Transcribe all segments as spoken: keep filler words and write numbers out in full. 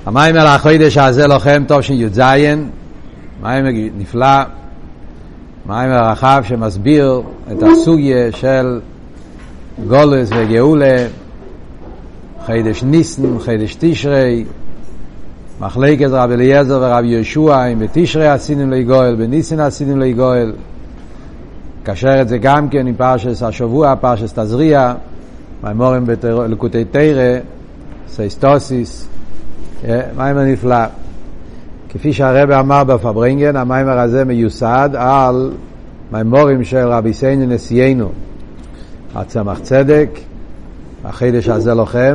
המיימר החודש הזה לכם טוב שי"ז, מיימר נפלא, מיימר רחב שמסביר את הסוגיה של גולס וגאולה, חידש ניסן, חידש תשרי, מחלקת רב אליעזר ורב יהושע, אם בתשרי עשינים לגואל, בניסן עשינים לגואל, קשר את זה גם כן עם פרשת השבוע, פרשת תזריע, מיימורים בלקוטי תורה, סייסטוסיס, מיימר נפלא. כפי שהרב אמר בפברנגן, המיימר הזה מיוסד על מיימורים של רבי סיינו נשיאנו, הצמח צדק, החידש הזה לוחם,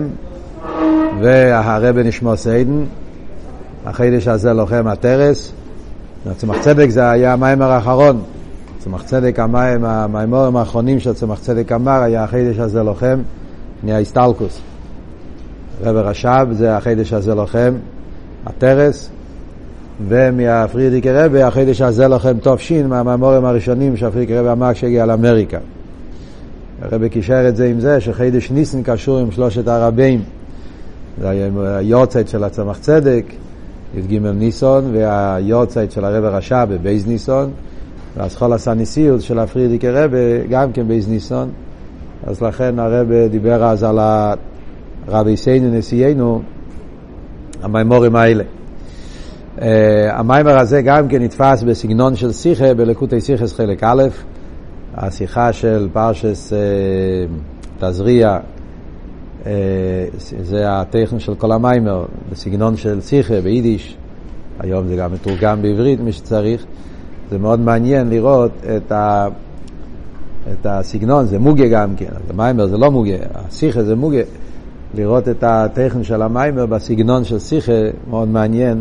והרב נשמו סיידן, החידש הזה לוחם התרס. הצמח צדק זה היה המיימר האחרון. צמח צדק, המיימורים האחרונים של צמח צדק אמר, היה החידש הזה לוחם, נהיה הסטלקוס. רב רש"ב זה החידש הזה לוחם, התרס, ומהפרידיק רבי החידש הזה לוחם תופשין, מהמיימורים הראשונים שהפרידיק רבי אמר כשהגיע לאמריקה. הרבי קישר את זה עם זה שחידש ניסן קשור עם שלושת הרבים. זה היורצייט של הצמח צדק, י"ג ניסון, והיורצייט של הרב רש"ב בבייז ניסון, והסחול הסניסיוס של הפרידיק רבי גם כן בייז ניסון. אז לכן הרבי דיבר אז על רבי סיינו נשיאנו, המיימורים האלה. Uh, המיימר הזה גם כן נתפס בסגנון של שיחה, בלקוטי שיחס חלק א', השיחה של פרשת uh, תזריע, uh, זה הטכן של כל המיימר, בסגנון של שיחה, ביידיש, היום זה גם מתורגם בעברית מי שצריך. זה מאוד מעניין לראות את, ה, את הסגנון, זה מוגה גם כן, המיימר זה לא מוגה, השיחה זה מוגה, לראות את הטכן של המיימר בסגנון של שיחה, מאוד מעניין.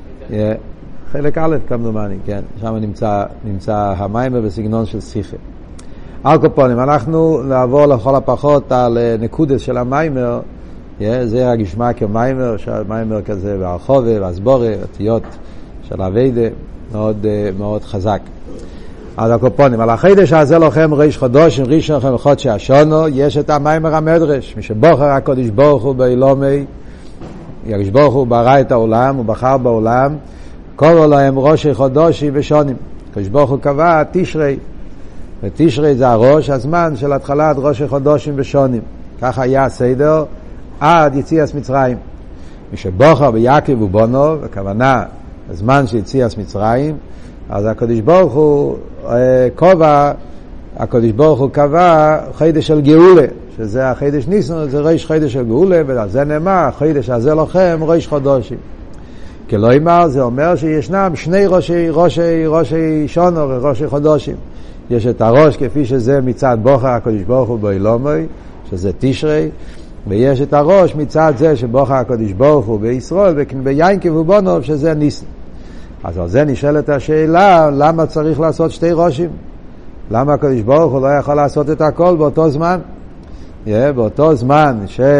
חלק א' כמדומני, כן, שם נמצא, נמצא המיימר בסגנון של שיחה. על קופונים, אנחנו נעבור לכל הפחות על נקודס של המיימר, זה הגשמה כמיימר, שהמיימר כזה והרחובה והסבורה, אותיות של הווידה, מאוד, מאוד חזק. אז הקופונים, על החידש הזה לוחם ריש חודש, ראשון לכם חודשי השונו, יש את המיימר המדרש, מי שבוחר הקודש ברוך הוא באילומי, הקדוש ברוך הוא ברא את העולם, הוא בחר בעולם, קוראו להם ראשי חודשי ושונים. הקדוש ברוך הוא קבע תשרי, ותשרי זה הראש, הזמן של התחלת ראשי חודשים ושונים. ככה היה הסדר עד יציאת מצרים. מי שבוחר ביעקב ובונו, הכוונה הזמן של יציאת מצרים, אז הקדוש ברוך הוא קובע, הקדוש ברוך הוא קבע חידש של גאולה, שזה החידש ניסן, זה ראש חידש של גאולה, ועל זה נאמר, החידש הזה לוחם ראש חודשים. כלא אמר, זה אומר שישנם שני ראשי, ראשי, ראשי שונו וראשי חודשים. יש את הראש כפי שזה מצד בוחר הקדוש ברוך הוא באילומי, שזה תשרי, ויש את הראש מצד זה שבוחר הקדוש ברוך הוא בישראל, ביינקב ובונוב, שזה ניסן. אז על זה נשאלת השאלה, למה צריך לעשות שתי ראשים? למה הקדוש ברוך הוא לא יכול לעשות את הכל באותו זמן? Yeah, באותו זמן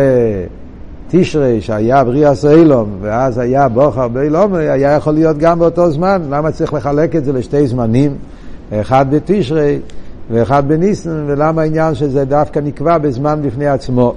שתשרי שהיה בריאה סוילום ואז היה בוחר באילום, היה יכול להיות גם באותו זמן. למה צריך לחלק את זה לשתי זמנים, אחד בתשרי ואחד בניסן, ולמה העניין שזה דווקא נקבע בזמן בפני עצמו?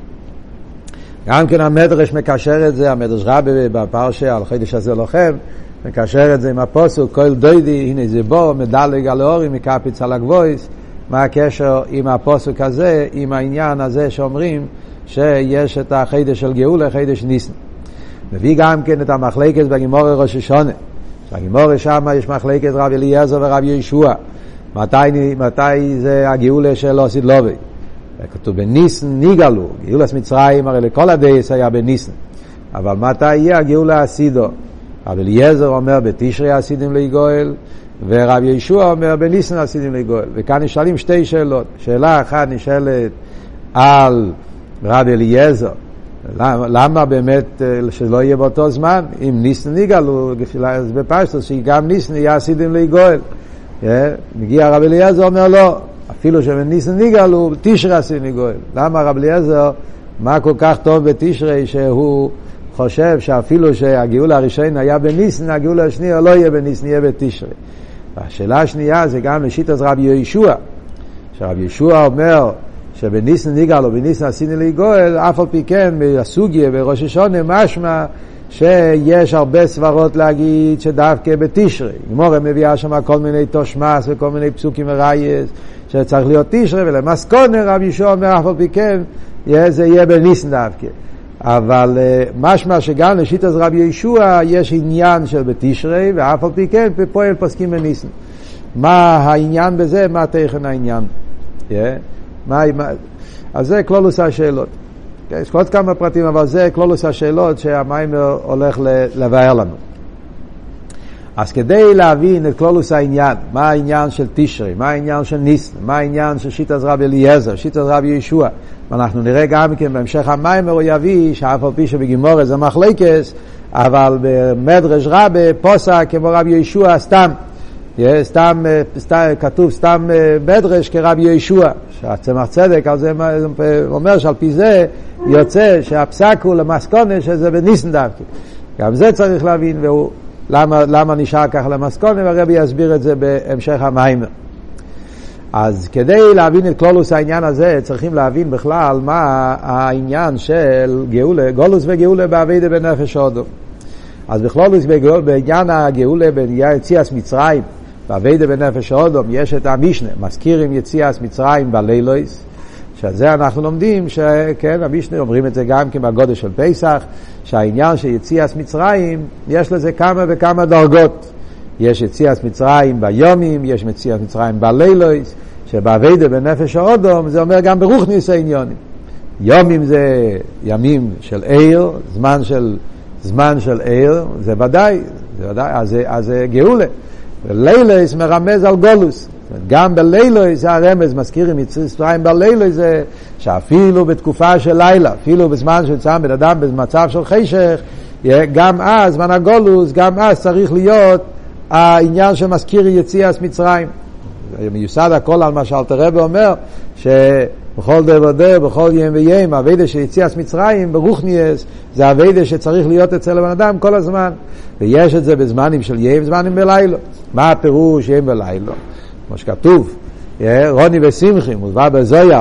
גם כן המדרש מקשר את זה, המדרש רבי בפרשה על חידש הזה לוחם מקשר את זה עם הפסוק כל דוידי הנה זה בו מדלג על האורים מקפיץ על הגבויס. מה הקשר עם הפסוק הזה, עם העניין הזה שאומרים שיש את החידש של גאולה, חידש ניסן. מביא גם כן את המחלקת בגימורי ראש השונה. בגימורי שם יש מחלקת רב אליעזר ורב יהושע. מתי, מתי זה הגאולה של עושית לובי? כתוב בניסן ניגלו. גאולת מצרים הרי לכל הדייס היה בניסן. אבל מתי יהיה הגאולה הסידו? רב אליעזר אומר בתשרי עשידים לגואל, ורב יהושע אומר בניסן עשידים לגואל. וכאן נשאלים שתי שאלות. שאלה אחת נשאלת על רב אליעזר, למה, למה באמת שלא יהיה באותו זמן? אם ניסן ניגלו, אז בפשטות שגם ניסן יהיה עשידים לגואל. מגיע רב אליעזר אומר לא, אפילו שבניסן ניגלו, תשרי עשידים לגואל. למה רב אליעזר, מה כל כך טוב בתשרי שהוא חושב שאפילו שהגאולה הראשון היה בניסן, הגאולה השנייה לא יהיה בניסן, יהיה בתשרי. והשאלה השנייה זה גם לשיטת רבי יהושע, שרבי יהושע אומר שבניסן ניגל או בניסן עשיני לגואל, אף על פי כן בסוגיה בראש השונה משמע שיש הרבה סברות להגיד שדווקא בתשרי, גמורה מביאה שם כל מיני תושמס וכל מיני פסוקים ורייס שצריך להיות תשרי, ולמסכונה רבי יהושע אומר אף על פי כן זה יהיה בניסן דווקא. אבל משמע שגם לשיטת רבי יהושע יש עניין של בתשרי, ואף על פי כן פועל פוסקים בניסן. מה העניין בזה? מה תכן העניין? Yeah. מה, מה, אז זה כלולוס השאלות. Okay, יש עוד כמה פרטים, אבל זה כלולוס השאלות שהמיימר הולך לבאר לנו. אז כדי להבין את כלולוס העניין, מה העניין של תשרי, מה העניין של ניסן, מה העניין של שיטת רבי אליעזר, שיטת רבי יהושע, ואנחנו נראה גם כן בהמשך המיימר הוא יביא שאף על פי שבגימורה זה מחלוקס, אבל במדרש רבה פוסק כמו רבי יהושע סתם, סתם, סתם כתוב סתם מדרש כרבי יהושע, שהצמח צדק על זה אומר שעל פי זה יוצא שהפסק הוא למסכונה שזה בניסן דווקא. גם זה צריך להבין, והוא למה, למה נשאר כך למסכונה, והרבי יסביר את זה בהמשך המיימר. אז כדי להבין את כלולוס העניין הזה צריכים להבין בכלל מה העניין של גאולה, גולוס וגאולה בעבודה בנפש האדם. אז בכלולוס בעניין הגאולה ביציאת מצרים בעבודה בנפש האדם יש את המשנה, מזכירים יציאת מצרים בלילוס, שזה אנחנו לומדים שכן, המשנה אומרים את זה גם כן בגודל של פסח, שהעניין של יציאת מצרים יש לזה כמה וכמה דרגות. יש יציאת מצרים ביומים, יש יציאת מצרים בלילוס, שבעבודה בנפש האדם זה אומר גם ברוחניס העניונים. יומים זה ימים של עיר, זמן של זמן של עיר, זה ודאי, זה ודאי, אז, אז זה גאולה. ולילוס מרמז על גולוס. גם בלילוס זה הרמז, מזכירים יציאת מצרים בלילוס זה שאפילו בתקופה של לילה, אפילו בזמן שצם בן אדם במצב של חשך, גם אז, זמן הגולוס, גם אז צריך להיות העניין שמזכיר יציאת מצרים. מיוסד הכל על מה שאלתר רבי אומר, שבכל דבר דבר, בכל יום ויום, העבודה של יציאת מצרים ברוחניאס, זה העבודה שצריך להיות אצל הבן אדם כל הזמן. ויש את זה בזמנים של יום, זמנים בלילה. מה הפירוש יום בלילה? כמו שכתוב, רוני ושמחי, מובא בזויר,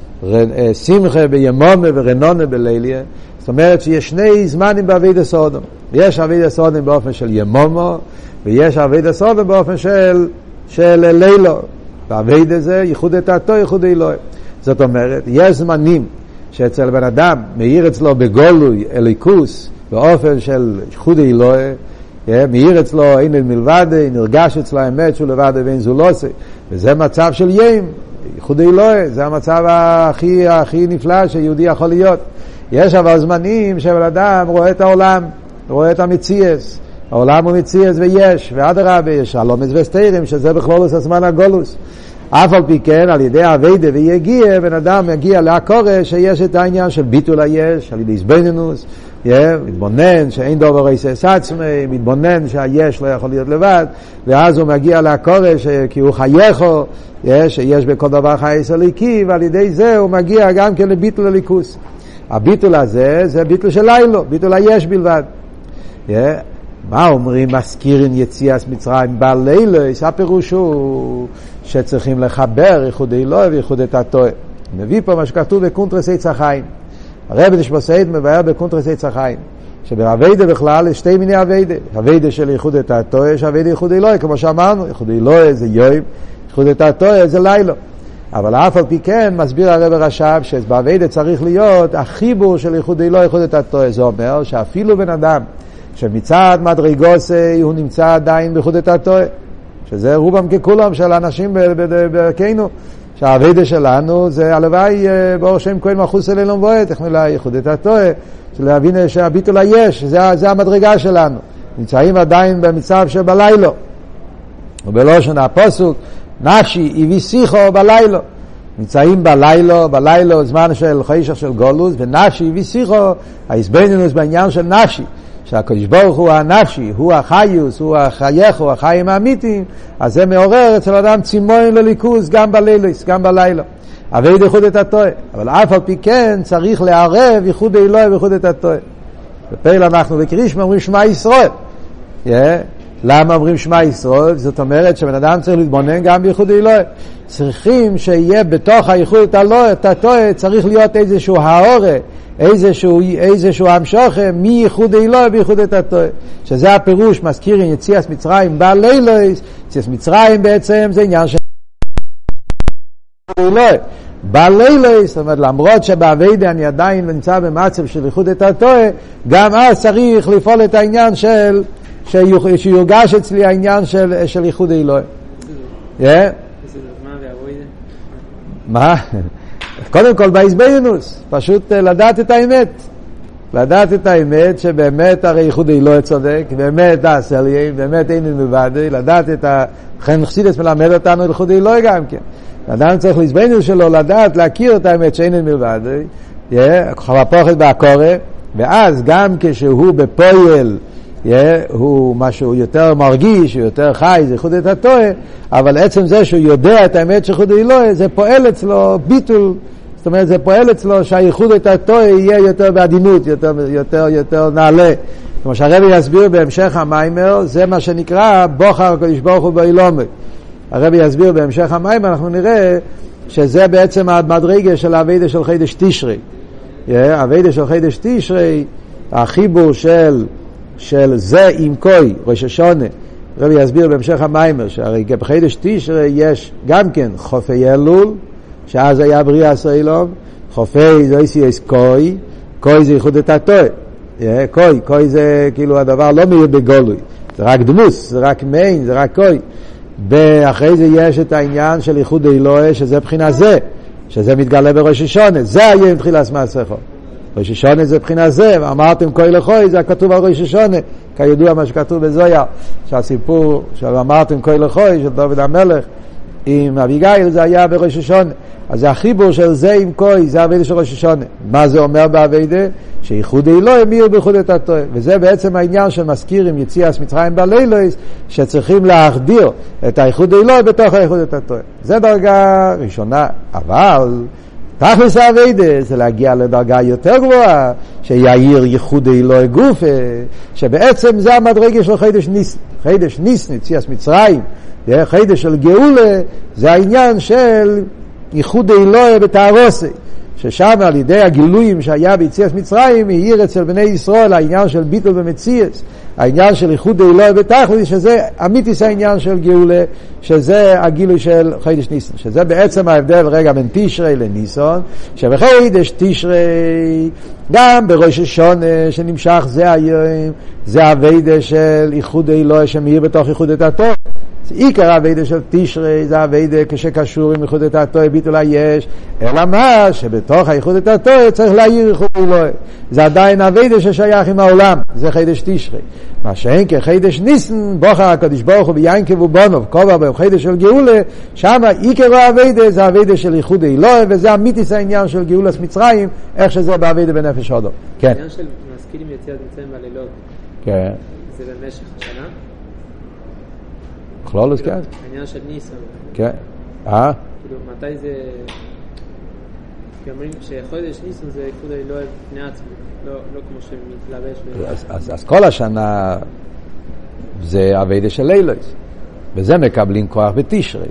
שמחה בימונה ורנונה בליליה, זאת אומרת שיש שני זמנים בעבודה סודם. יש עבודה סודם באופן של ימומו, ויש עבודה סודם באופן של של לילו. בעבודה זה ייחוד את התו, ייחוד אלוהי. זאת אומרת, יש זמנים שאצל בן אדם מאיר אצלו בגולוי אליקוס באופן של ייחוד אלוהי, מאיר אצלו אין אל מלבד, נרגש אצלו האמת שהוא לבד ואין זולוסי, וזה מצב של ים, ייחוד אלוהי, זה המצב הכי, הכי נפלא שיהודי יכול להיות. יש אבל זמנים שבן אדם רואה את העולם, רואה את המציאס, העולם הוא מציאס ויש, ועד הרבה יש שלומס וסתירים, שזה בכלולוס הזמן הגולוס. אף על פי כן, על ידי העבודה ויגיע, בן אדם יגיע להקורש שיש את העניין של ביטול היש, על ידי הסבינינוס, מתבונן שאין דובר איסס עצמי, מתבונן שהיש לא יכול להיות לבד, ואז הוא מגיע להקורש כי הוא חייכו, שיש בכל דבר חייס הליקי, ועל ידי זה הוא מגיע גם כן לביטול הליכוס. הביטול הזה זה ביטול של לילו, ביטול היש בלבד. מה אומרים מזכירים יציאת מצרים בלילוס? הפירוש הוא שצריכים לחבר ייחוד אלוהי וייחוד את התורה. מביא פה מה שכתוב בקונטרס עץ החיים. הרב נשמוסייד מבאר בקונטרס עץ החיים, שבעבודה בכלל יש שתי מיני עבודה. עבודה של ייחוד את התורה יש עבודה ייחוד אלוהי, כמו שאמרנו, ייחוד אלוהי זה יום, ייחוד את התורה זה לילה. אבל אף על פי כן מסביר הרב רש"ב שבעבודה צריך להיות החיבור של ייחוד אלוהי ייחוד את התורה. זה אומר שאפילו בן אדם שמצד מדרגוסי הוא נמצא עדיין בייחוד את התורה, שזה רובם ככולם של אנשים בדרכנו, שהעבודה שלנו זה הלוואי באור שם כהן מחוס אלינו מבואת, איך מילה ייחוד את התורה, להבין שהביטול היש, זה, זה המדרגה שלנו, נמצאים עדיין במצב שבלילה, ובלושן הפסוק נפשי הביא שיחו בלילה, נמצאים בלילה, בלילה זמן של חשך של גולוס, ונפשי הביא שיחו, ההסבינינוס בעניין של נפשי, שהקדוש ברוך הוא הנפשי, הוא החיוס, הוא החייך, הוא החיים האמיתיים, אז זה מעורר אצל אדם צימון לליכוז גם בלילוס, גם בלילה. עבד ייחוד את התורה. אבל אף על פי כן צריך לערב ייחוד אלוהי וייחוד את התורה. בפעיל אנחנו בקרישמה אומרים שמע ישראל. Yeah. למה אומרים שמע ישראל? זאת אומרת שבן אדם צריך להתבונן גם בייחוד אלוהי. צריכים שיהיה בתוך הייחוד את התורה, צריך להיות איזשהו האורה, איזשהו, איזשהו המשוכם מייחוד אלוהי בייחוד את התורה. שזה הפירוש, מזכירים יציאת מצרים בלילויס, יציאת מצרים בעצם זה עניין של אלוהי. בלילויס, זאת אומרת, למרות שבעבודה אני עדיין נמצא במצב של ייחוד את התורה, גם אז צריך לפעול את העניין של, שיורגש אצלי העניין של, של ייחוד אלוהי. כן? מה? קודם כל בהסבינוס, פשוט לדעת את האמת. לדעת את האמת שבאמת הרי ייחוד אלוהי צודק, באמת הסליים, באמת אין מלבד, לדעת את ה... לכן חסידות מלמד אותנו ייחוד אלוהי גם כן. אדם צריך להסבינוס שלו לדעת, להכיר את האמת שאין מלבד, ככה פוחד בהקורא, ואז גם כשהוא בפועל, Yeah, הוא משהו יותר מרגיש, יותר חי, זה ייחוד את התורה, אבל עצם זה שהוא יודע את האמת שייחוד אלוהי, זה פועל אצלו ביטול, זאת אומרת זה פועל אצלו שהייחוד את התורה יהיה יותר בעדינות, יותר, יותר, יותר נעלה. כמו שהרבי יסביר בהמשך המיימר, זה מה שנקרא בוחר הקדוש ברוך הוא באילומי. הרבי יסביר בהמשך המיימר, אנחנו נראה שזה בעצם המדרגה של העבודה של חידש תשרי. העבודה של חידש תשרי, החיבור של של זה עם קוי, ראש השונה. רבי יסביר בהמשך המיימר, שהרי בחידש תשרי יש גם כן חופי אלול, שאז היה בריאה ישראלוב, חופי זה יש קוי, קוי זה ייחוד את התורה. קוי, קוי זה כאילו הדבר לא מאיר בגולוי, זה רק דמוס, זה רק מיין, זה רק קוי. ואחרי זה יש את העניין של ייחוד אלוהי, שזה בחינה זה, שזה מתגלה בראש השונה, זה היה עם תחילת מעשיכם. ראש השונה זה בחינה זה, ואמרתם קוי לחוי, זה הכתוב על ראש השונה, כידוע מה שכתוב בזויה, שהסיפור שאמרתם קוי לחוי, של דוד המלך, עם אביגיל, זה היה בראש השונה. אז זה החיבור של זה עם קוי, זה העבודה של ראש השונה. מה זה אומר בעבודה? שייחוד אלוהי מאיר בייחוד את התורה. וזה בעצם העניין שמזכירים יציאת מצרים בלילויס, שצריכים להחדיר את הייחוד אלוהי בתוך הייחוד את התורה. זה דרגה ראשונה, אבל תכלס העבודה זה להגיע לדרגה יותר גבוהה, שיעיר ייחוד אלוהי גוף, שבעצם זה המדרגה של חידש ניסן. חידש ניסן, יציאת מצרים, חידש של גאולה, זה העניין של ייחוד אלוהי בתערוסי, ששם על ידי הגילויים שהיה ביציאת מצרים, העיר אצל בני ישראל העניין של ביטול במציאס, העניין של ייחוד אלוהי בתכלס, שזה אמיתיס העניין של גאולה, שזה הגילוי של חידש ניסן, שזה בעצם ההבדל רגע בין תשרי לניסן, שבחידש תשרי גם בראש השונה שנמשך זה היום, זה העבודה של ייחוד אלוהי שמאיר בתוך ייחוד את התורה. עיקר העבודה של תשרי זה העבודה כשקשור עם ייחוד את התורה ביטול היש, אלא מה שבתוך הייחוד את התורה צריך להעיר ייחוד אלוהי, זה עדיין העבודה ששייך עם העולם, זה חידש תשרי. מה שאין כחידש ניסן בוחר הקדוש ברוך הוא ביינקב ובונוב כובע בחידש של גאולה, שם עיקר העבודה זה העבודה של ייחוד אלוהי, וזה אמיתיס העניין של גאולת מצרים, איך שזה בעבודה בנפש אדם. כן, העניין של מזכירים יציאת מצרים בלילות, כן, זה במשך השנה? כלולוס, כן. העניין של ניסן. כן. אה? כאילו, מתי זה... כי אומרים שחודש ניסן זה ייחוד אלוהי בפני עצמי, לא כמו שמתלבש. אז כל השנה זה עבודה של לילויס. וזה מקבלים כוח בתשרי.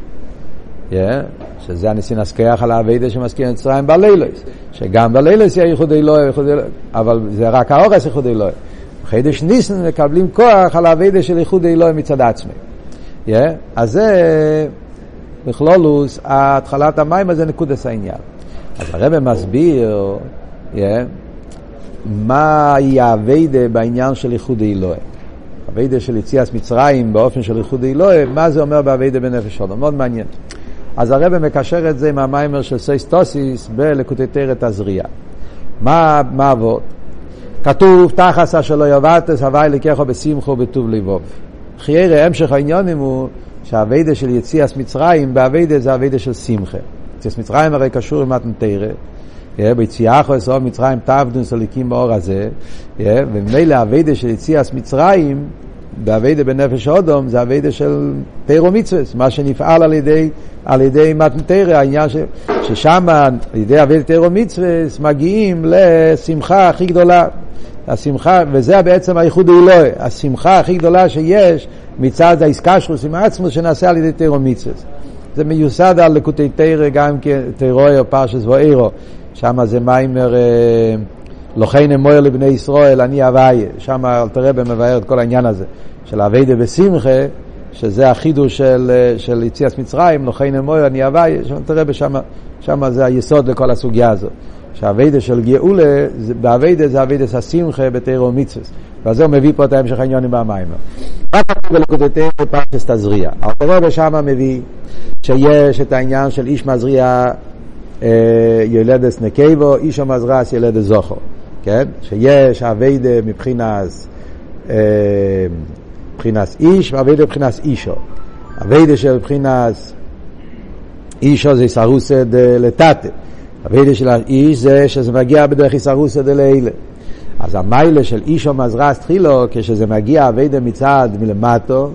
שזה הניסין הסכיח על העבודה שמזכיר מצרים בלילויס. שגם בלילויס יהיה ייחוד אלוהי, אבל זה רק האורס ייחוד אלוהי. בחידש ניסן מקבלים כוח על העבודה של ייחוד אלוהי מצד עצמי. Yeah, אז זה בכלולוס התחלת המים הזה נקודס העניין. אז הרב מסביר yeah, מה היא העבודה בעניין של ייחוד אלוהי, העבודה של יציאת מצרים באופן של ייחוד אלוהי, מה זה אומר בעבודה בנפש אדם, מאוד מעניין. אז הרב מקשר את זה עם המיימר של סייסטוסיס בליקוטי תורה הזריעה. מה מה עבוד? כתוב תחס אשר לא יבטס הווי לקחו בשמחו בטוב לבוב. חיירה, המשך העניינים הוא שהעבודה של יציאת מצרים, בעבודה זה העבודה של שמחה. יציאת מצרים הרי קשור עם מתן תורה, ביציאה חו יסוד מצרים תעבדון סליקים באור הזה, וממילא העבודה של יציאת מצרים, בעבודה בנפש אדם, זה העבודה של תורה ומצוות, מה שנפעל על ידי, על ידי מתן תורה, העניין ש, ששם על ידי עבודה תורה ומצוות מגיעים לשמחה הכי גדולה. השמחה, וזה בעצם הייחוד אלוהי, השמחה הכי גדולה שיש מצד ההסקשרוס עם עצמו שנעשה על ידי תורה ומצוות. זה מיוסד על ליקוטי תורה, גם תורה או פרשת ואירו, שם זה מיימר לכן אמור לבני ישראל אני אביה, שם אלתר רבי מבאר את כל העניין הזה של אביידה ושמחה, שזה החידוש של, של יציאת מצרים, לכן אמור אני אביה, אלתר רבי שם, שם זה היסוד לכל הסוגיה הזאת, שהאביידה של גאולה, באביידה זה אביידה השמחה בתורה ומצוות, ואז הוא מביא פה את ההמשך העניינים במיימר. רק בלקוטי פרשת תזריע, אלתר רבי שם מביא שיש את העניין של איש מזריע ילדת נקבו, איש המזרס ילדת זוכר, כן? שיש אביידה מבחינת מבחינת איש ואביידה מבחינת אישו. אביידה של מבחינת אישו זה סרוסה דלתתה, אביידה של האיש זה שזה מגיע בדרך סרוסה דלילה. אז המיילה של איש המזרס תחילו, כשזה מגיע אביידה מצד מלמטו,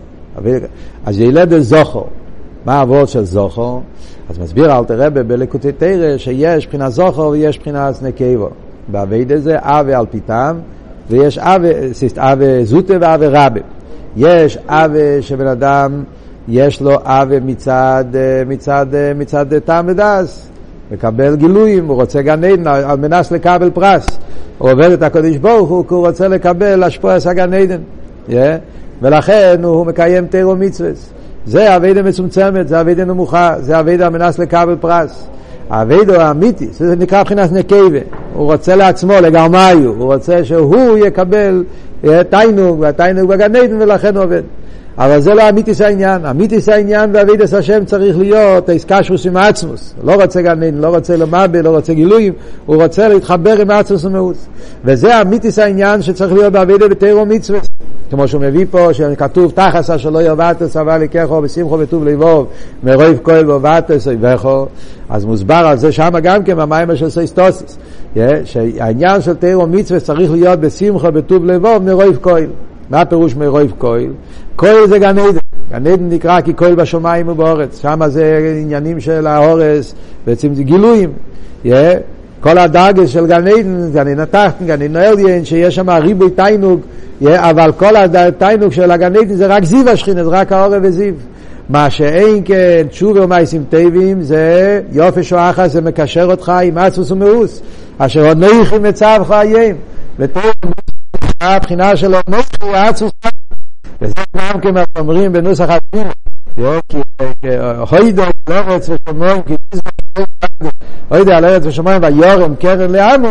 אז ילדת זוכר. מה העבוד של זוכר? אז מסביר אלתר רבי בליקוטי תורה שיש בחינת זוכר ויש בחינת נקבה. באביידה זה אבה על פיתם, ויש אבה, אבה זוטה ואבה רבה. יש אבה שבן אדם יש לו אבה מצד מצד מצד טעם ודס, מקבל גילויים, הוא רוצה גן עדן על מנת לקבל פרס. הוא עובד את הקדוש ברוך הוא, הוא רוצה לקבל השפעת הגן עדן. Yeah? ולכן הוא מקיים תורה ומצוות. זה אביידה מצומצמת, זה אביידה נמוכה, זה אביידה מנס לקבל פרס. האביידה האמיתי, זה נקרא מבחינת נקבה. הוא רוצה לעצמו, לגרמיו, הוא רוצה שהוא יקבל תיינוג, והתיינוג בגן עדן, ולכן הוא עובד. אבל זה לא אמיתיס העניין. אמיתיס העניין באביידס השם צריך להיות איסקשרוס עם עצמוס. לא רוצה גן עדן, לא רוצה למאבל, לא רוצה גילויים, הוא רוצה להתחבר עם עצמוס ומאוס. וזה אמיתיס העניין שצריך להיות באביידה בתורה ומצוות. כמו שהוא מביא פה, שכתוב תחס אשר לא יבטס אבל יקחו בשמחו וטוב לבוב מרוב כהל ובטס ובכו. אז מוסבר על זה שם גם כן במיימר של סייסטוסיס, שהעניין של תורה ומצוות צריך להיות בשמחו וטוב לבוב מרוב כהל. מה הפירוש מרוב כהל? כהל זה גן עדן. גן עדן נקרא כי כהל בשמיים ובארץ. שם זה עניינים של האורס, בעצם זה גילויים. Yeah. כל הדרגס של גן עדן, גן עדן התחתן, גן עדן העליון, שיש שם ריבוי תיינוג, yeah, אבל כל התיינוג של הגן עדן זה רק זיו השכינה, זה רק האור וזיו. מה שאין כן תשובה ומעשים טובים זה יופי שואחה, זה מקשר אותך עם עצמוס ומאוס, אשר עוד נויכים מצבך היום. ותורה הבחינה שלו נויכי עצמוס, וזה גם כמה אומרים בנוסח התפילה, כי הוידו על ארץ ושמיים, כי הוידו על ארץ ושמיים ויורם קרן לעמו,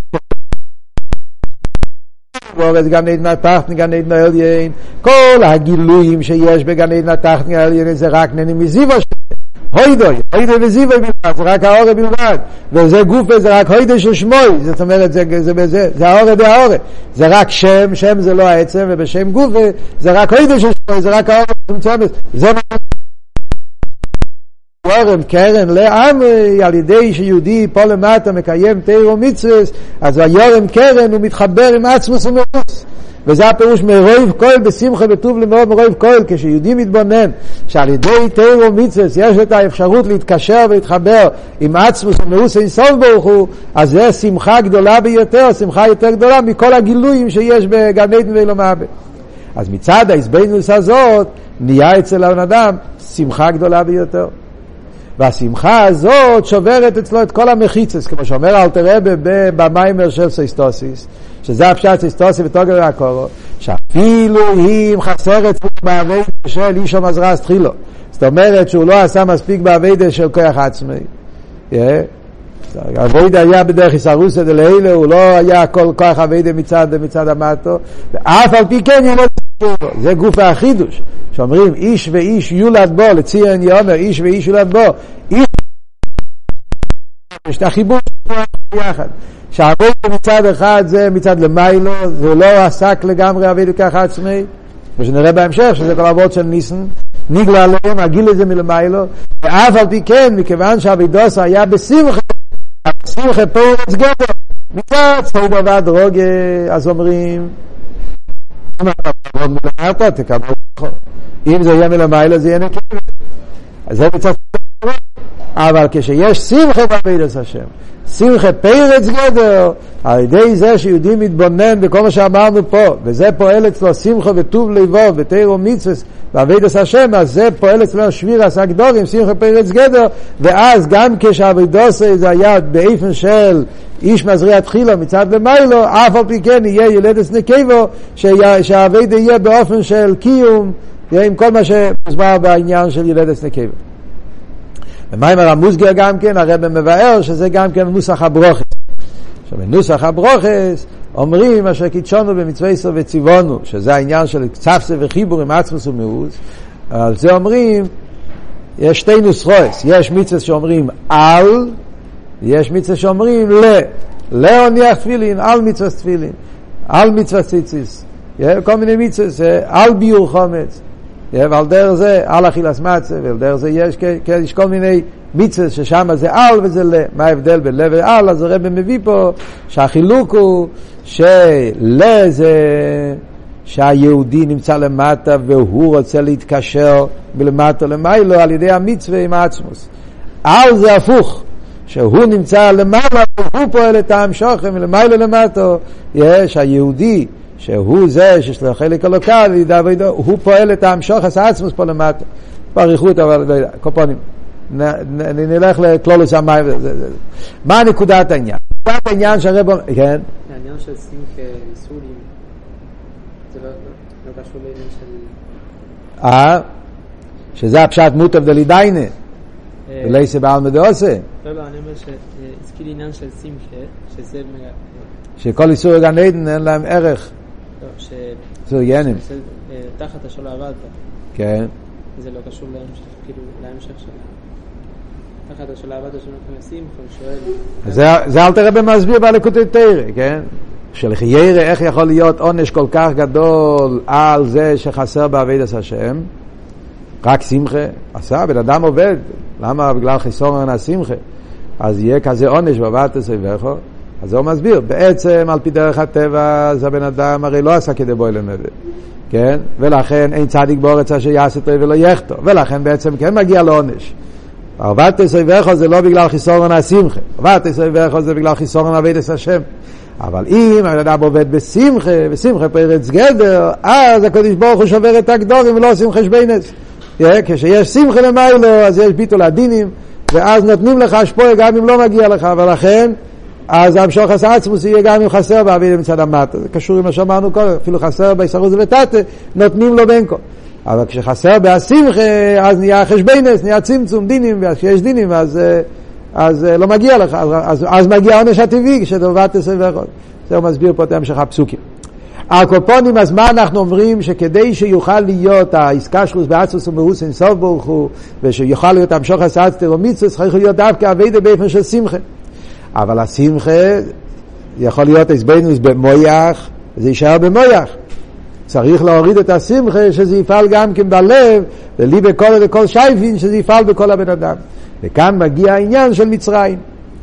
ואורץ גן עדן התחתן, גן עדן העליון, כל הגילויים שיש בגן עדן התחתן העליון זה רק נהנים מזיו השם. הוידוי, הוידוי וזיווי בלבד, זה רק האורה בלבד, וזה גופה, זה רק הוידוי של שמוי, זאת אומרת, זה, זה, זה, זה, זה האורה והאורה, זה רק שם, שם זה לא העצם, ובשם גופה, זה רק הוידוי של שמוי, זה רק האורה מצומצמת, זה מה... יורם קרן לעם, על ידי שיהודי פה למטה מקיים תורה ומצוות, אז היורם קרן הוא מתחבר עם עצמוס ומאוס, וזה הפירוש מרוב כהל בשמחה וטוב לבוב מרוב כהל, כשיהודי מתבונן שעל ידי תורה ומצוות יש את האפשרות להתקשר ולהתחבר עם עצמוס ומאוס אין סוף ברוך הוא, אז זה שמחה גדולה ביותר, שמחה יותר גדולה מכל הגילויים שיש בגן עדן ואילום אבא. אז מצד ההסבינוס הזאת נהיה אצל הבן אדם שמחה גדולה ביותר, והשמחה הזאת שוברת אצלו את כל המחיצס, כמו שאומר אלתר רבי במיימר של סייסטוסיס, שזה הפשט סייסטוסיס ותוגר הקורו, שאפילו אם חסרת בעבודה של איש המזרס תחילו, זאת אומרת שהוא לא עשה מספיק בעבודה של כוח עצמי, העבודה היה בדרך יסרוסא דלילה, הוא לא היה כל כוח עבודה מצד מצד המטו, ואף על פי כן ילד, זה גוף החידוש שאומרים איש ואיש יולד בו, לציין יאמר איש ואיש יולד בו, איש יש את החיבור יחד, שהעבודה מצד אחד זה מצד למיילו, זה לא עסק לגמרי עבודה כוח עצמי, ושנראה בהמשך שזה כל העבוד של ניסן נגלה עליהם, הגיל הזה מלמיילו, ואף על פי כן מכיוון שהעבודות היה בשמחה, בשמחה פרץ גדול מצד סיידו ועד רוגה, אז אומרים אם זה יהיה מלמעלה זה יהיה נקבה, אז זה בצד, אבל כשיש שמחה בעבודת השם, שמחה פרץ גדול, על ידי זה שיהודי מתבונן בכל מה שאמרנו פה, וזה פועל אצלו שמחה וטוב לבוב ותורה ומצוות בעבודת השם, אז זה פועל אצלנו שבירת הגדורים, שמחה פרץ גדר, ואז גם כשעבודת זה היה באופן של איש מזריע תחילה מצד למיילו, אף על פי כן יהיה ילדת נקבו, שהעבודה יהיה באופן של קיום, עם כל מה שמוסבר בעניין של ילדת נקבו. במיימר המוסגר גם כן, הרב מבאר שזה גם כן נוסח הברוכס. עכשיו, בנוסח הברוכס אומרים אשר קידשנו במצווה ישראל וציוונו, שזה העניין של צפצה וחיבור עם עצמוס ומאוס. על זה אומרים, יש שתי נוסחוס, יש מצווה שאומרים על, יש מצווה שאומרים ל. להוניח תפילין, על מצווה תפילין, על מצווה ציציס, כל מיני מצווה, על ביור חומץ, ועל דרך זה, על אכילס מצה, ועל דרך זה יש, יש כל מיני מצווה ששם זה על וזה ל. מה ההבדל בין ל ועל? אז הרב מביא פה שהחילוק הוא של זה שהיהודי נמצא למטה והוא רוצה להתקשר מלמטה למיילו על ידי המצווה עם העצמוס. על זה הפוך, שהוא נמצא למעלה והוא פועל את ההמשוכם מלמיילו למטה. יש היהודי שהוא זה שיש לו חלק אלוקי, הוא פועל את ההמשוך העצמוס פה למטה. בעריכות, אבל לא יודע, קופונים. נלך לכלולוס המים. מה נקודת העניין? נקודת העניין שהרב... כן? העניין של שמחה איסורים זה לא קשור לעניין של... אה? שזה הפשט מוטב דלידיינה ולייסה בעל מדעושה. לא, לא, אני אומר שהזכיר עניין של שמחה שזה... שכל איסור גן עדן אין להם ערך. לא, ש... איסור גנים. תחת השלו עבדת. כן. זה לא קשור להמשך, כאילו, להמשך שלה. תחת השלו עבדת שאנחנו עושים, הוא שואל... זה אל תראה במסביר בליקוטי תורה, כן? שלחיירה, איך יכול להיות עונש כל כך גדול על זה שחסר בעבודת השם? רק שמחה. עשה, בן אדם עובד. למה? בגלל חיסרון השמחה. אז יהיה כזה עונש בעבודת סביבך. אז הוא מסביר, בעצם על פי דרך הטבע, אז הבן אדם הרי לא עשה כדי בוי למבל, כן? ולכן אין צדיק באורץ אשר יעשה טוב ולא יחטוא, ולכן בעצם כן מגיע לעונש. עבודת סביבך זה לא בגלל חיסרון השמחה, עבודת סביבך זה בגלל חיסרון עבודת השם. אבל אם הבן אדם עובד בשמחה, בשמחה פרץ גדר, אז הקדוש ברוך הוא שובר את הגדורים ולא עושים חשבונס. כשיש שמחה למיילו, אז יש ביטול הדינים, ואז נותנים לך השפוע גם אם לא מגיע לך, ולכן אז המשוך העצמוס יהיה גם אם חסר בעבידה מצד המטה. זה קשור עם מה שאמרנו קודם, אפילו חסר בישרוס ובתתה, נותנים לו בנקו. אבל כשחסר בהשמחה, אז נהיה חשבונס, נהיה צמצום דינים, וכשיש דינים, אז, אז לא מגיע לך, אז, אז, אז מגיע העונש הטבעי, כשטובת סביבך. זה הוא מסביר פה את המשך הפסוקים. הקופונים, אז מה אנחנו אומרים? שכדי שיוכל להיות העסקה שלוס בעצמוס ומאוס אין סוף ברוך הוא, ושיוכל להיות המשוך העצמוס תרומיצוס, צריך להיות דווקא עבידה באופן של שמחה. אבל השמחה יכול להיות הסבינוס במויח, זה יישאר במויח. צריך להוריד את השמחה שזה יפעל גם כן בלב, ולי בכל וכל שייפין שזה יפעל בכל הבן אדם. וכאן מגיע העניין של מצרים.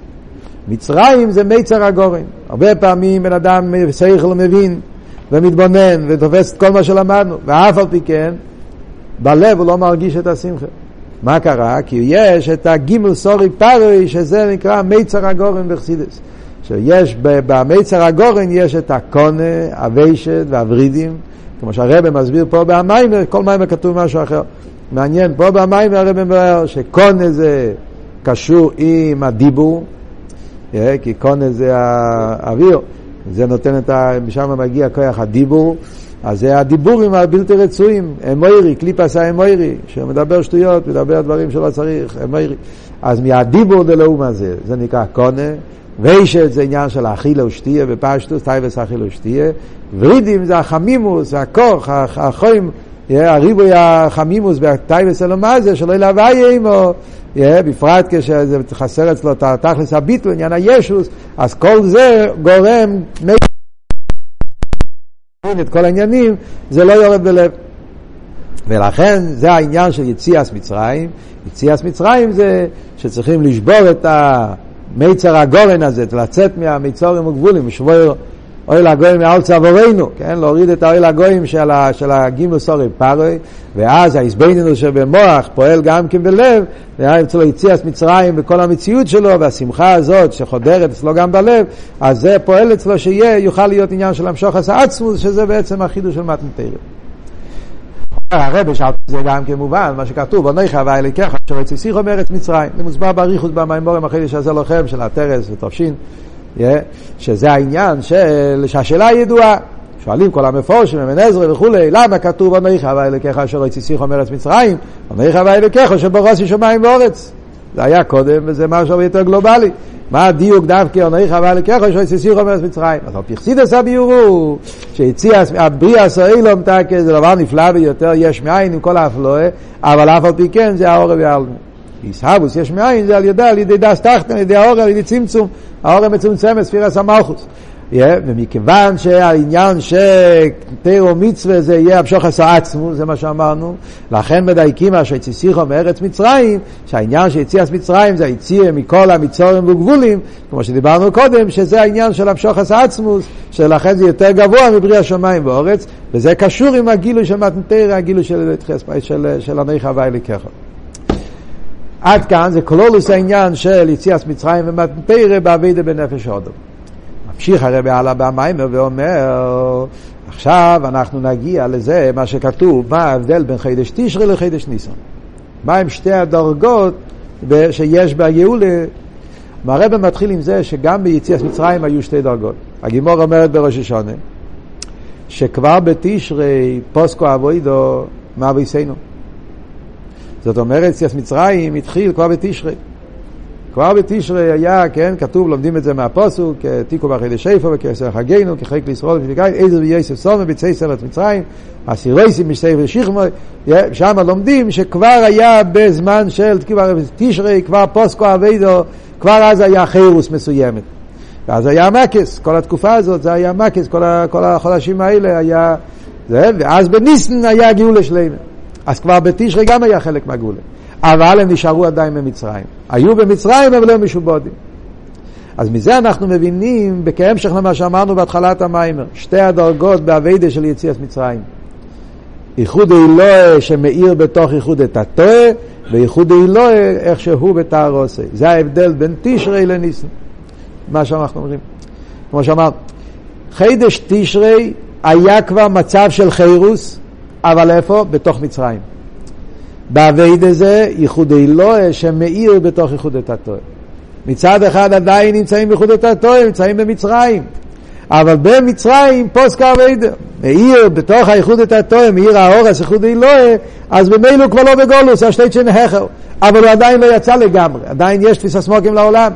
מצרים זה מיצר הגורן. הרבה פעמים בן אדם שכל מבין ומתבונן ותופס את כל מה שלמדנו, ואף על פי כן בלב הוא לא מרגיש את השמחה. מה קרה? כי יש את הגימל סורי פרוי, שזה נקרא מיצר הגורן בחסידות. שיש במיצר הגורן יש את הקונה, הווישת והוורידים, כמו שהרבא מסביר פה במיימר, כל מיימר כתוב משהו אחר. מעניין, פה במיימר הרבא אומר שקונה זה קשור עם הדיבור, כי קונה זה האוויר, זה נותן את ה... משם מגיע כוח הדיבור, אז זה הדיבורים הבלתי רצויים, אמוירי, קליפס האמוירי, שמדבר שטויות, מדבר דברים שלא צריך, אמוירי. אז מהדיבור דלאום הזה, זה נקרא קונה, וישת זה עניין של האכילה ושתייה, בפשטוס, טייבס האכילה ושתייה, ורידים זה החמימוס, הכוח, החוים, הריבוי החמימוס, והטייבס אלומה זה, שלא ילוויה עמו, בפרט כשזה חסר אצלו את התכלס הביטל, עניין הישוס, אז כל זה גורם את כל העניינים, זה לא יורד בלב. ולכן זה העניין של יציאת מצרים. יציאת מצרים זה שצריכים לשבור את המיצר הגורן הזה, לצאת מהמיצורים וגבולים, לשבור אוהל הגויים מעל צווארנו, כן? להוריד את האוהל הגויים של, ה, של הגימל סורי פרוי, ואז ההסבינינוס שבמוח פועל גם כן בלב, ואצלו יציאת מצרים בכל המציאות שלו, והשמחה הזאת שחודרת אצלו גם בלב, אז זה פועל אצלו שיהיה, יוכל להיות עניין של המשוך העצמוס, שזה בעצם החידוש של מתן תורה. הרב שאל זה גם כמובן, מה שכתוב, אנוכי הווה אלוקיך אשר הוציאך מארץ מצרים. זה מוסבר באריכות במימורים החידש הזה לכם, של התרס ותופשין, שזה העניין שהשאלה ידועה. שואלים כל המפורשים, אבן עזרא וכולי, למה כתוב אנוכי הווה אלוקיך אשר הוציאך מארץ מצרים? אנוכי הווה אלוקיך אשר בראשי שמיים וארץ. זה היה קודם, וזה משהו יותר גלובלי. מה הדיוק דווקא אנוכי הווה אלוקיך אשר הוציאך מארץ מצרים? אז על פי חסידות הביאור הוא שהציע הבריאה סוילום תקה, זה דבר נפלא ביותר, יש מאין עם כל האפלואה, אבל אף על פי כן זה האור והעלמא. ישהבוס יש מאין, זה על ידי, על ידי דס תחתן, על ידי האור, על ידי צמצום, האור מצומצם, ספירס המלכות. ומכיוון שהעניין שתירו מצווה זה יהיה המשוחס העצמו, זה מה שאמרנו, לכן מדייקים מה שהוציאך מארץ מצרים, שהעניין שיציאת מצרים זה היציאה מכל המצורים וגבולים, כמו שדיברנו קודם, שזה העניין של המשוחס העצמו, שלכן זה יותר גבוה מבריאה שמיים וארץ, וזה קשור עם הגילוי של מתנתר, הגילוי של של של אנוכי הווה אלוקיך. עד כאן זה כלולוס העניין של יציאת מצרים ומתנתר בעבודה בנפש האדם. ממשיך הרב הלאה במיימר ואומר, עכשיו אנחנו נגיע לזה מה שכתוב, מה ההבדל בין חידש תשרי לחידש ניסן. מה הם שתי הדרגות שיש בגאולה. הרב מתחיל עם זה שגם ביציאת מצרים היו שתי דרגות. הגימור אומרת בראש השונה, שכבר בתשרי פוסקו אבוידו מאבויסנו. זאת אומרת, יציאת מצרים התחיל כבר בתשרי. כבר בתשרי היה, כן, כתוב, לומדים את זה מהפסוק, תיקו בחידש איפה וכסר חגינו, כחיק לישראל ופליגאי, עזר ויוסף סומר בצי ארץ מצרים, הסירייסים משתיו ושכמו, שם לומדים שכבר היה בזמן של תשרי, כבר פוסקו אבוידו, כבר אז היה חירוס מסוימת. ואז היה מקס, כל התקופה הזאת, זה היה מקס, כל, כל החודשים האלה היה, זה, ואז בניסן היה גאולה שלמה. אז כבר בתשרי גם היה חלק מהגאולה. אבל הם נשארו עדיין במצרים. היו במצרים אבל לא משובדים. אז מזה אנחנו מבינים, כהמשך למה שאמרנו בהתחלת המיימר, שתי הדרגות בעבודה של יציאת מצרים. ייחוד אלוהי שמאיר בתוך ייחוד את התורה, וייחוד אלוהי איך שהוא בתערוסי. זה ההבדל בין תשרי לניסן. מה שאנחנו אומרים. כמו שאמר, חידש תשרי היה כבר מצב של חירוס, אבל איפה? בתוך מצרים. בעבודה זה ייחוד אלוהי שמאיר בתוך ייחוד את התורה. מצד אחד עדיין נמצאים בייחוד את התורה, נמצאים במצרים. אבל במצרים פוסקה עבודה. מאיר בתוך הייחוד את התורה, מאיר האורס ייחוד אלוהי, אז במילא כבר לא בגולוס, השתית שנחר. אבל הוא עדיין לא יצא לגמרי. עדיין יש תפיסה סמוקים לעולם.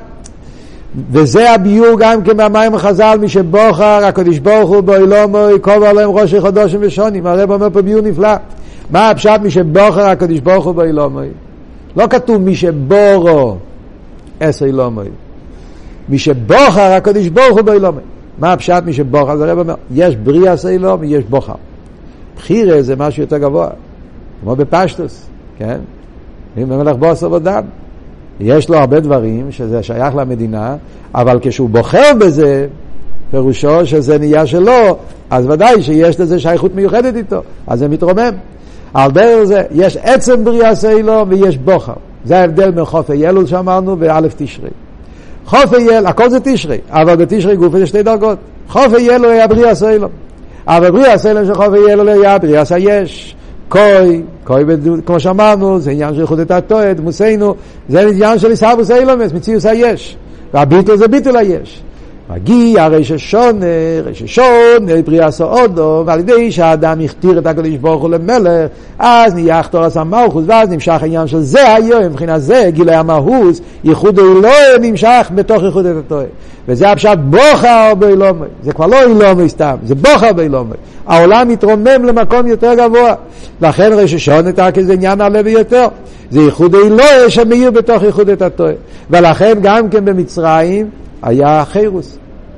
וזה הביור גם כמאמרים חז"ל, מי שבוחר הקדוש ברוך הוא באילומו יקובע להם ראשי חדושים ושונים. הרב אומר פה ביור נפלא. מה הפשט מי שבוחר הקדוש ברוך הוא באילומו? לא כתוב מי שבורו אס אילומו. מי שבוחר הקדוש ברוך הוא באילומו. מה הפשט מי שבוחר? אז הרב אומר, יש בריאה אס אילומו, יש בוחר. בחירה זה משהו יותר גבוה. כמו בפשטוס, כן? אם המלך בוסר ודם. יש לו הרבה דברים שזה שייך למדינה, אבל כשהוא בוחר בזה, פירושו שזה נהיה שלו, אז ודאי שיש לזה שייכות מיוחדת איתו, אז זה מתרומם. על דרך זה, יש עצם בריאה סיילו ויש בוחר. זה ההבדל בין חוף אייל שאמרנו ואלף תשרי. חוף אייל, הכל זה תשרי, אבל בתשרי גוף יש שתי דרגות. חוף אייל היה בריאה סיילו, אבל בריאה סיילו של חוף אייל היה בריאה סייש. קוי, קוי בדוד, כמו שאמרנו, זה עניין של חודת התועה, דמוסנו, זה עניין של ישהבוס אילומס, מציאוס היש. והביטול זה ביטול היש. מגיע רשע שונה, רשע שונה, בריאה סעודו, ועל ידי שהאדם יכתיר את הקדוש ברוך הוא למלך, אז נהיה תורס המלכות, ואז נמשך העניין של זה היום, מבחינת זה, גילוי המהות, ייחוד אלוהי נמשך בתוך ייחוד את התועה. וזה הפשט בוחר באילומי. זה כבר לא אילומי סתם, זה בוחר באילומי. העולם מתרומם למקום יותר גבוה. לכן רשע שונה תקה זה עניין עלה ביותר. זה ייחוד אלוהי שמאיר בתוך ייחוד את התועה. ולכן גם כן במצרים, היה חירוס.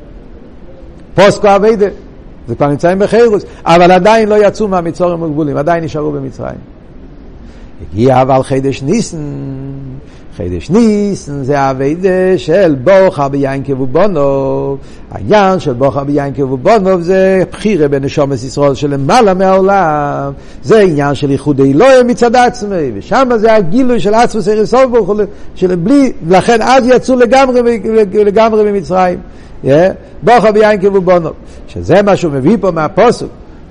פוסקו עבודה. זה כבר נמצאים בחירוס. אבל עדיין לא יצאו מהמצורים הגבולים. עדיין נשארו במצרים. הגיע אבל חידש ניסן. חידש ניסן זה העבודה של בוחר ביין כבובונוב. העניין של בוחר ביין כבובונוב זה בחירה בנשומות ישראל שלמעלה מהעולם. זה עניין של ייחוד אלוהי מצד עצמי. ושם זה הגילוי של עצמוס הריסוף של בלי, לכן אז יצאו לגמרי, לגמרי במצרים. בוחר ביין כבובונוב. שזה מה שהוא מביא פה מהפסוק.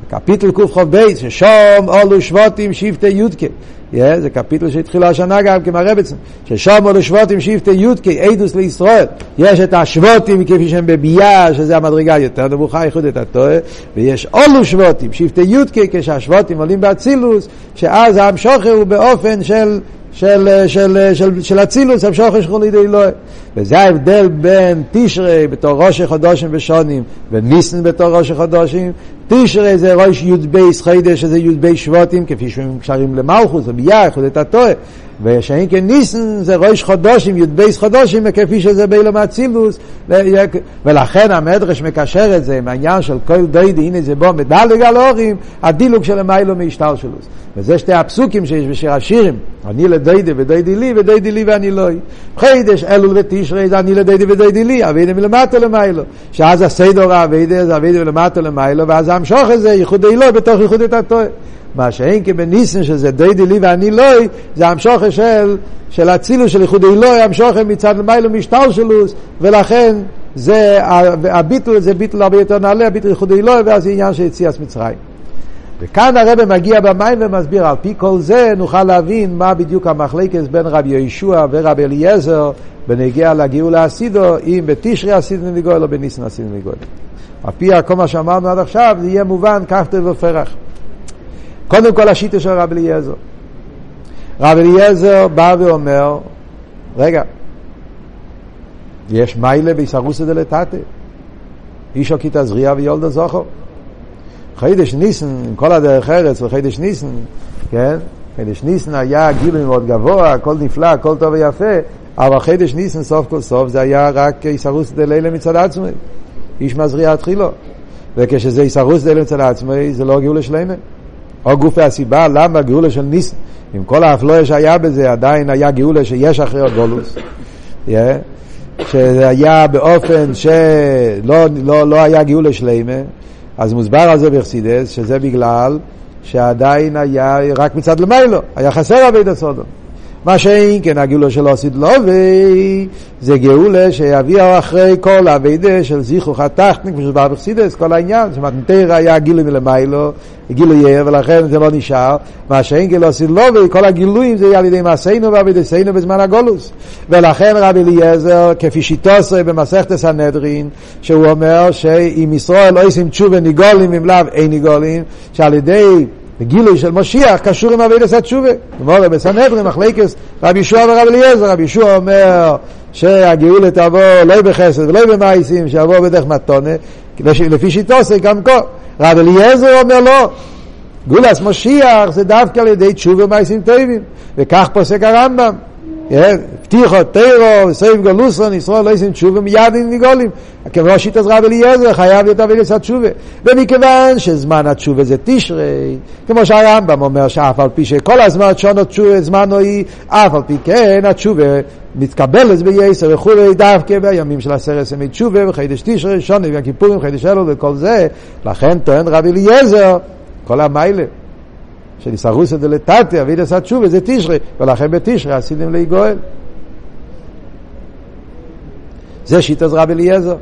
קפיטל קוף בייס, ששום אולו שבטים שבטי יודקי. זה קפיטל שהתחילה השנה גם כמרבצן, ששום אולו שבטים שבטי יודקי, עדוס לישראל. יש את השבטים כפי שהם בבייה, שזה המדרגה יותר נמוכה, ייחוד את התואר, ויש אולו שבטים שבטי יודקי, כשהשבטים עולים באצילוס, שאז המשוחר הוא באופן של של של של של אצילוס, המשוחר שכון לידי אלוהים. וזה ההבדל בין תשרי בתור ראש חודשים ושונים וניסן בתור ראש חודשים. תשרי זה ראש י' בייס חודש, שזה י' בייס שבטים, כפי שהם קשרים למלכות ובייה, ייחוד את התואר. ושאין כן ניסן זה ראש חודשים, י' בייס חודשים, כפי שזה באילום האצילוס. ולכן המדרש מקשר את זה עם העניין של כל דוידי, הנה זה בו מדלג על אורים, הדילוג של המיילו מהשתל שלו. וזה שתי הפסוקים שיש בשיר השירים, אני לדוידי ודוידי לי ודוידי לי ואני לא. חודש אלול ותשרי זה אני לדוידי ודוידי לי, אבידי מלמטה למיילו, שאז הסדר האבידי זה אבידי מלמטה למיילו, ואז המשוך הזה ייחוד אלוהי בתוך ייחוד את התואר. מה שאין כבניסן שזה דוידי לי ואני לא, זה המשוך של של הצילוס של ייחוד אלוהי, המשוך מצד למיילו משתל שלו, ולכן זה הביטול, זה ביטול הרבה יותר נעלה, הביטול ייחוד אלוהי, ואז זה עניין של יציאת מצרים. וכאן הרב מגיע במים ומסביר, על פי כל זה נוכל להבין מה בדיוק המחלקת בין רבי יהושע ורבי אליעזר בנגיע לגאולה הסידו, אם בתשרי הסידו נגאל או בניסן הסידו נגאל. על פי כל מה שאמרנו עד עכשיו, זה יהיה מובן כך טוב ופרח. קודם כל השיטה של רבי אליעזר. רבי אליעזר בא ואומר, רגע, יש מיילה בישרוסא דלתתא, אישו כי תזריע ויולדה זכור. חידש ניסן, עם כל הדרך ארץ וחידש ניסן, כן? חידש ניסן היה גילוי מאוד גבוה, הכל נפלא, הכל טוב ויפה, אבל חידש ניסן סוף כל סוף זה היה רק איסרוס דלילה מצד עצמי, איש מזריע התחילו, וכשזה איסרוס דלילה מצד עצמי זה לא גאולה שלמה, או גופי הסיבה למה גאולה של ניסן, עם כל האפלויה שהיה בזה עדיין היה גאולה שיש אחרי הגולוס, yeah. שזה היה באופן שלא לא, לא היה גאולה שלמה, אז מוסבר על זה בחסידות, שזה בגלל שעדיין היה רק מצד למיילו, היה חסר עבודת סודום. מה שאין כן הגאולה שלו עשית לו, זה גאולה שיביאו אחרי כל העבודה של זיכרוך התחתון, כמו שדבר בחסידות, כל העניין, שמתנתר היה גילוי מלמיילו, גילוי יהיה, ולכן זה לא נשאר. מה שאין כן לא עשית לו, וכל הגילויים זה יהיה על ידי מעשינו ועבודתנו בזמן הגולוס. ולכן רבי אליעזר, כפי שיטוסרי במסכת סנהדרין, שהוא אומר שאם ישראל לא עושים תשובה ניגולים, אם לאו אין ניגולים, שעל ידי גילוי של משיח קשור עם עבודת התשובה. אומר בסנהדרין מחלקת רבי יהושע ורבי אליעזר, רבי יהושע אומר שהגאולה תבוא לא בחסד ולא במעשים, שיבוא בדרך מתונה, לפי שיטוסי גם כה. רבי אליעזר אומר לא, גאולת משיח זה דווקא על ידי תשובה ומעשים טובים, וכך פוסק הרמב"ם. פתיחות תירו וסעיף גלוסון ישראל לא עושים תשובה מיד ניגולים, כמו שיטת רבי אליעזר חייב להיות עבודת התשובה, ומכיוון שזמן התשובה זה תשרי, כמו שהרמב"ם אומר שאף על פי שכל הזמן שונות תשובה זמנו היא, אף על פי כן התשובה מתקבלת בייסר וכולי, דווקא בימים של עשרת ימי תשובה וחידש תשרי שונה והכיפורים חידש אלול וכל זה. לכן טוען רבי אליעזר כל המיילה של איסרוסא דלתתא עבודת התשובה זה תשרי, ולכן בתשרי עשיתם להיגואל. זה שיטת רבי אליעזר.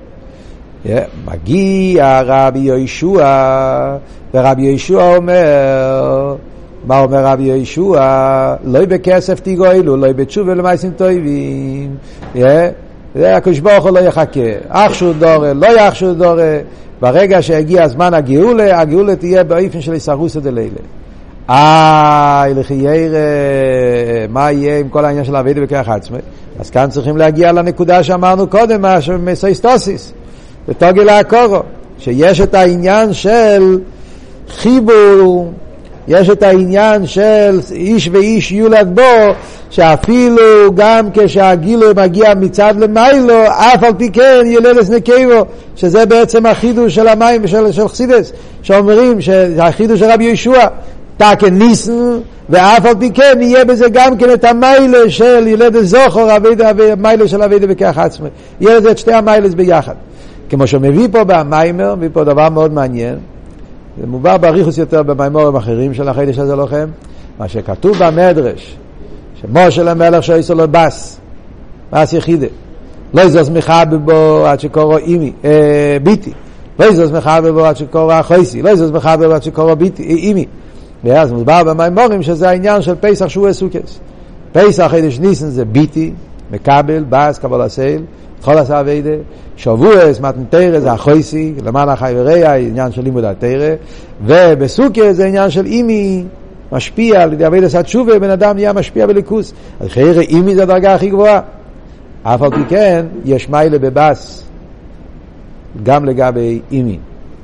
מגיע רבי יהושע, ורבי יהושע אומר, מה אומר רבי יהושע? לא בכסף תיגואלו, לא בתשובה למעשים טובים. הקדוש ברוך הוא לא יחכה, אחשו דורה, לא יחשו דורה. ברגע שהגיע הזמן הגאולה, הגאולה תהיה באופן של איסרוסא דלילה. אה, לחיירה, מה יהיה עם כל העניין של העבודה בכוח עצמי? אז כאן צריכים להגיע לנקודה שאמרנו קודם, מסייסטוסיס, בתוגל הקורו, שיש את העניין של חיבור, יש את העניין של איש ואיש יולד בו, שאפילו גם כשהגילוי מגיע מצד למיילו, אף על פי כן ילדס נקייבו, שזה בעצם החידוש של המים של, של חסידס, שאומרים שהחידוש של רבי יהושע, תקן ניסן, ואף על פי כן יהיה בזה גם כן את המיילה של ילדס זוכר, המיילה של עבודה בכוח עצמי. יהיה לזה את שתי המיילס ביחד. כמו שמביא פה במיימר, מביא פה דבר מאוד מעניין, זה מובא בריחוס יותר במיימורים אחרים של החידש הזה לכם, מה שכתוב במדרש, שמשה למלך שעשו לו בס, בס יחידה, לא יזוז מחבב בו עד שקורו אימי, אה, ביטי, לא יזוז מחבר בו עד שקורא החויסי, לא יזוז מחבר בו עד שקורא אימי. ואז מוסבר במיימורים שזה העניין של פסח שהוא סוכס. פסח חידש ניסן זה ביטי, מקבל, בס, קבל הסייל, כל עשה עבדה. שבועס, מתן תרא זה החויסי, למען החי ורע, עניין של לימוד התרא. ובסוכס זה עניין של אימי, משפיע על ידי עבודת התשובה, בן אדם נהיה משפיע בליכוס. אז חייר אימי זה הדרגה הכי גבוהה. אף על פי כן, יש מיילה בבס, גם לגבי אימי.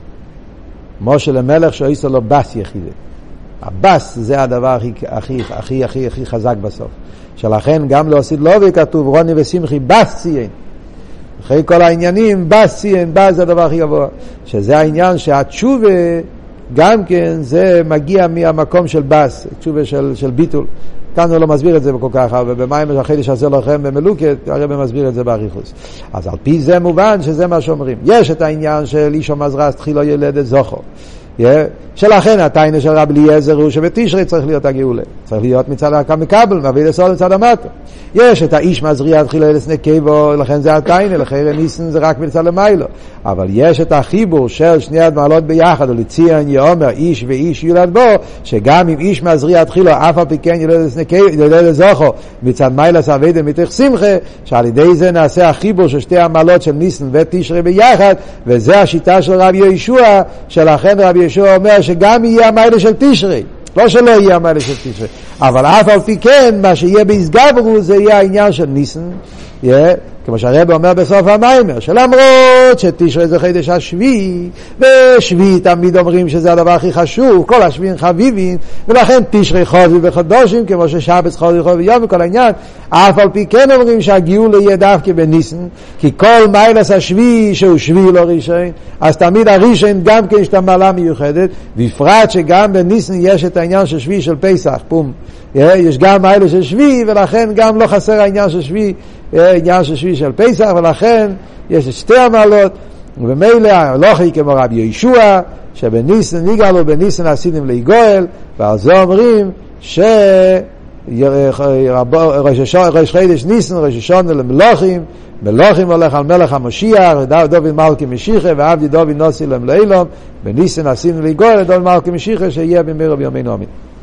משה למלך שעיסו לו בס יחידה. הבס זה הדבר הכי, הכי, הכי, הכי, הכי חזק בסוף. שלכן גם להוסיד לובי כתוב, רוני ושמחי בס ציין. אחרי כל העניינים, בס ציין, בס זה הדבר הכי גבוה. שזה העניין שהתשובה, גם כן, זה מגיע מהמקום של בס, תשובה של, של ביטול. כאן הוא לא מסביר את זה כל כך, אבל במים החידש הזה לכם במלוקת, הרב מסביר את זה באריכוס. אז על פי זה מובן שזה מה שאומרים. יש את העניין של אישו מזרס תחילו ילדת זוכו. Yeah. שלכן התיינה של רב אליעזר הוא שבתשרי צריך להיות הגאולה, צריך להיות מצד המקבל, מביא לסול לצד המטה. יש את האיש מזריע תחילה אל סנה קיבו, לכן זה התיינה, לכן ניסן זה רק מצד למיילו. אבל יש את החיבור של שני הדמעלות ביחד, ולציין יאמר איש ואיש יולד בו, שגם אם איש מזריע תחילה אף על פי כן ילד סנה קיבו, ילד זוכו, מצד מיילס אבדה מתך שמחה, שעל ידי זה נעשה החיבור של שתי המעלות של ניסן ותשרי ביחד, וזה השיטה של רבי יהושע, שלכן רבי יהושע אומר שגם יהיה המיילה של תשרי, לא שלא יהיה המיילה של תשרי, אבל אף על פי כן מה שיהיה בהסגברו זה יהיה העניין של ניסן, יהיה כמו שהרב אומר בסוף המיימר, שלמרות שתשרי זה חידש השביעי, ושביעי תמיד אומרים שזה הדבר הכי חשוב, כל השביעים חביבים, ולכן תשרי חובי וחדושים, כמו ששבץ חובי חובי יום וכל העניין, אף על פי כן אומרים שהגיול יהיה דווקא בניסן, כי כל מיילס השביעי שהוא שביעי לא ראשון, אז תמיד הראשון גם כן יש את המעלה מיוחדת, בפרט שגם בניסן יש את העניין של שביעי של פסח, פום, יש גם מיילס של שביעי, ולכן גם לא חסר העניין של שביעי, עניין של שביעי של פסח, ולכן יש את שתי המעלות, ובמילא הלוכי כמו רבי יהושע, שבניסן ניגלו בניסן עשינים ליגואל, ועל זה אומרים ש ראש חידש ניסן, ראש השונה למלוכים, מלוכים הולך על מלך המשיח, דוד מלכי משיחה, ועבדי דוד נוסי להם לאילום, בניסן עשינים ליגואל, דוד מלכי משיחה, שיהיה במהרה בימינו אמן.